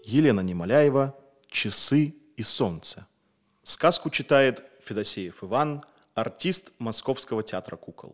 Елена Немоляева «Часы и солнце». Сказку читает Федосеев Иван, артист Московского театра кукол.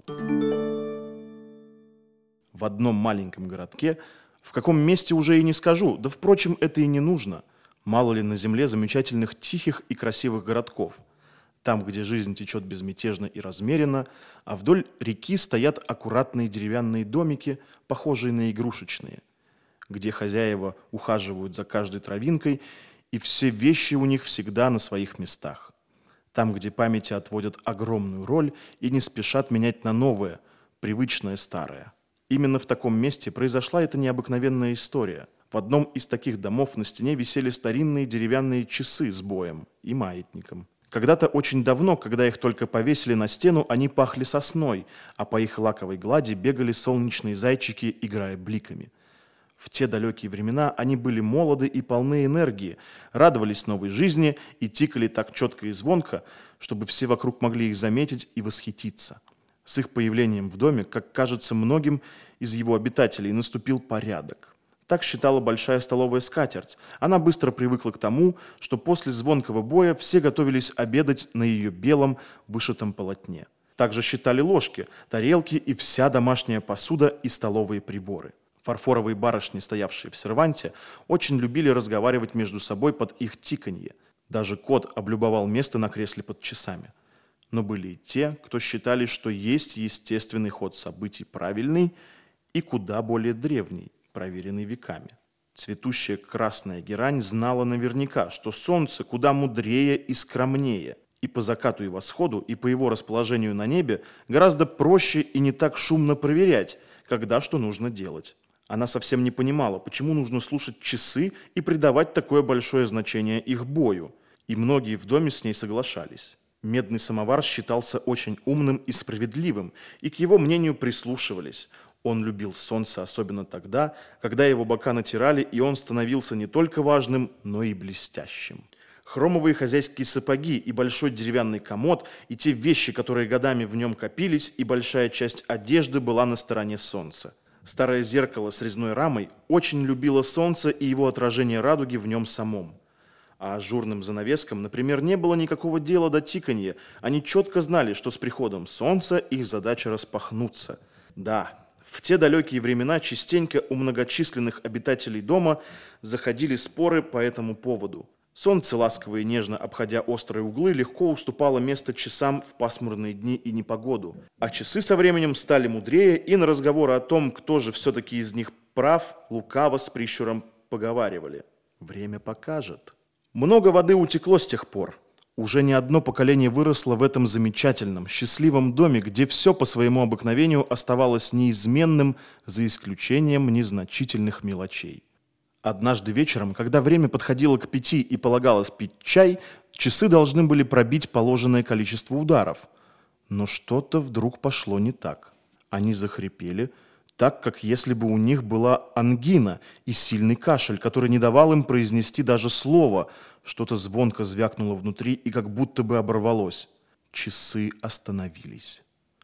В одном маленьком городке, в каком месте уже и не скажу, да, впрочем, это и не нужно. Мало ли на земле замечательных тихих и красивых городков. Там, где жизнь течет безмятежно и размеренно, а вдоль реки стоят аккуратные деревянные домики, похожие на игрушечные, где хозяева ухаживают за каждой травинкой, и все вещи у них всегда на своих местах. Там, где памяти отводят огромную роль и не спешат менять на новое, привычное старое. Именно в таком месте произошла эта необыкновенная история. В одном из таких домов на стене висели старинные деревянные часы с боем и маятником. Когда-то очень давно, когда их только повесили на стену, они пахли сосной, а по их лаковой глади бегали солнечные зайчики, играя бликами. В те далекие времена они были молоды и полны энергии, радовались новой жизни и тикали так четко и звонко, чтобы все вокруг могли их заметить и восхититься. С их появлением в доме, как кажется многим из его обитателей, наступил порядок. Так считала большая столовая скатерть. Она быстро привыкла к тому, что после звонкого боя все готовились обедать на ее белом вышитом полотне. Также считали ложки, тарелки и вся домашняя посуда и столовые приборы. Фарфоровые барышни, стоявшие в серванте, очень любили разговаривать между собой под их тиканье. Даже кот облюбовал место на кресле под часами. Но были и те, кто считали, что есть естественный ход событий правильный и куда более древний, проверенный веками. Цветущая красная герань знала наверняка, что солнце куда мудрее и скромнее, и по закату и восходу, и по его расположению на небе гораздо проще и не так шумно проверять, когда что нужно делать. Она совсем не понимала, почему нужно слушать часы и придавать такое большое значение их бою, и многие в доме с ней соглашались. Медный самовар считался очень умным и справедливым, и к его мнению прислушивались. Он любил солнце особенно тогда, когда его бока натирали, и он становился не только важным, но и блестящим. Хромовые хозяйские сапоги и большой деревянный комод, и те вещи, которые годами в нем копились, и большая часть одежды была на стороне солнца. Старое зеркало с резной рамой очень любило солнце и его отражение радуги в нем самом. А ажурным занавескам, например, не было никакого дела до тиканья. Они четко знали, что с приходом солнца их задача распахнуться. Да, в те далекие времена частенько у многочисленных обитателей дома заходили споры по этому поводу. Солнце, ласково и нежно обходя острые углы, легко уступало место часам в пасмурные дни и непогоду. А часы со временем стали мудрее, и на разговоры о том, кто же все-таки из них прав, лукаво с прищуром поговаривали. Время покажет. Много воды утекло с тех пор. Уже не одно поколение выросло в этом замечательном, счастливом доме, где все по своему обыкновению оставалось неизменным, за исключением незначительных мелочей. Однажды вечером, когда время подходило к 5 и полагалось пить чай, часы должны были пробить положенное количество ударов. Но что-то вдруг пошло не так. Они захрипели, так, как если бы у них была ангина и сильный кашель, который не давал им произнести даже слово. Что-то звонко звякнуло внутри и как будто бы оборвалось. Часы остановились.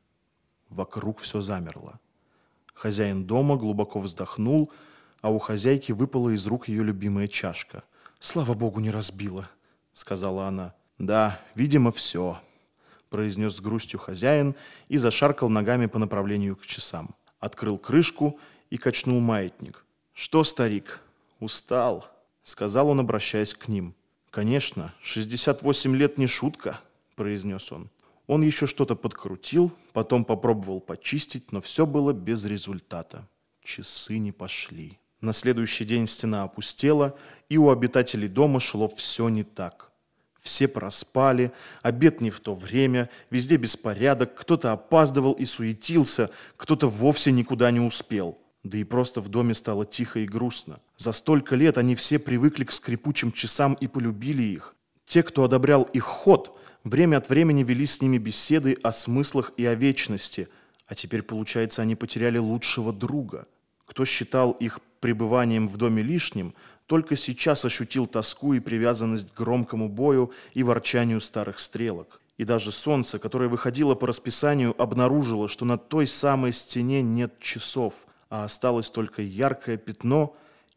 Вокруг все замерло. Хозяин дома глубоко вздохнул, а у хозяйки выпала из рук ее любимая чашка. «Слава Богу, не разбила», — сказала она. «Да, видимо, все», — произнес с грустью хозяин и зашаркал ногами по направлению к часам. Открыл крышку и качнул маятник. «Что, старик, устал?» — сказал он, обращаясь к ним. «Конечно, 68 лет не шутка», — произнес он. Он еще что-то подкрутил, потом попробовал почистить, но все было без результата. Часы не пошли. На следующий день стена опустела, и у обитателей дома шло все не так. Все проспали, обед не в то время, везде беспорядок, кто-то опаздывал и суетился, кто-то вовсе никуда не успел. Да и просто в доме стало тихо и грустно. За столько лет они все привыкли к скрипучим часам и полюбили их. Те, кто одобрял их ход, время от времени вели с ними беседы о смыслах и о вечности, а теперь, получается, они потеряли лучшего друга. Кто считал их пребыванием в доме лишним, только сейчас ощутил тоску и привязанность к громкому бою и ворчанию старых стрелок. И даже солнце, которое выходило по расписанию, обнаружило, что на той самой стене нет часов, а осталось только яркое пятно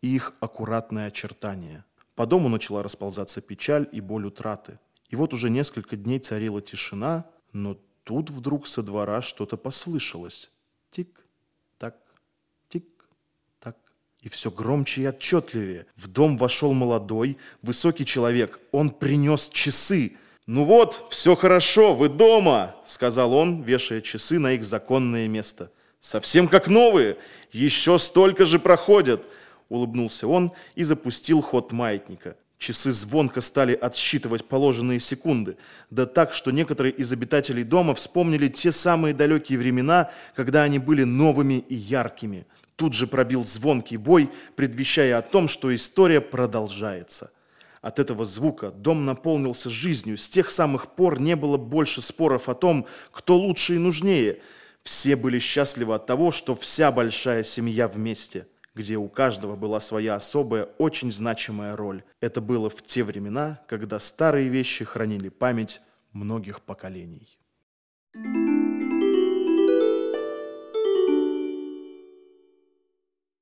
и их аккуратное очертание. По дому начала расползаться печаль и боль утраты. И вот уже несколько дней царила тишина, но тут вдруг со двора что-то послышалось. Тик-так, тик-так. И все громче и отчетливее. В дом вошел молодой, высокий человек. Он принес часы. «Ну вот, все хорошо, вы дома», — сказал он, вешая часы на их законное место. «Совсем как новые, еще столько же проходят», — улыбнулся он и запустил ход маятника. Часы звонко стали отсчитывать положенные секунды, да так, что некоторые из обитателей дома вспомнили те самые далекие времена, когда они были новыми и яркими. Тут же пробил звонкий бой, предвещая о том, что история продолжается. От этого звука дом наполнился жизнью. С тех самых пор не было больше споров о том, кто лучше и нужнее. Все были счастливы от того, что вся большая семья вместе, где у каждого была своя особая, очень значимая роль. Это было в те времена, когда старые вещи хранили память многих поколений.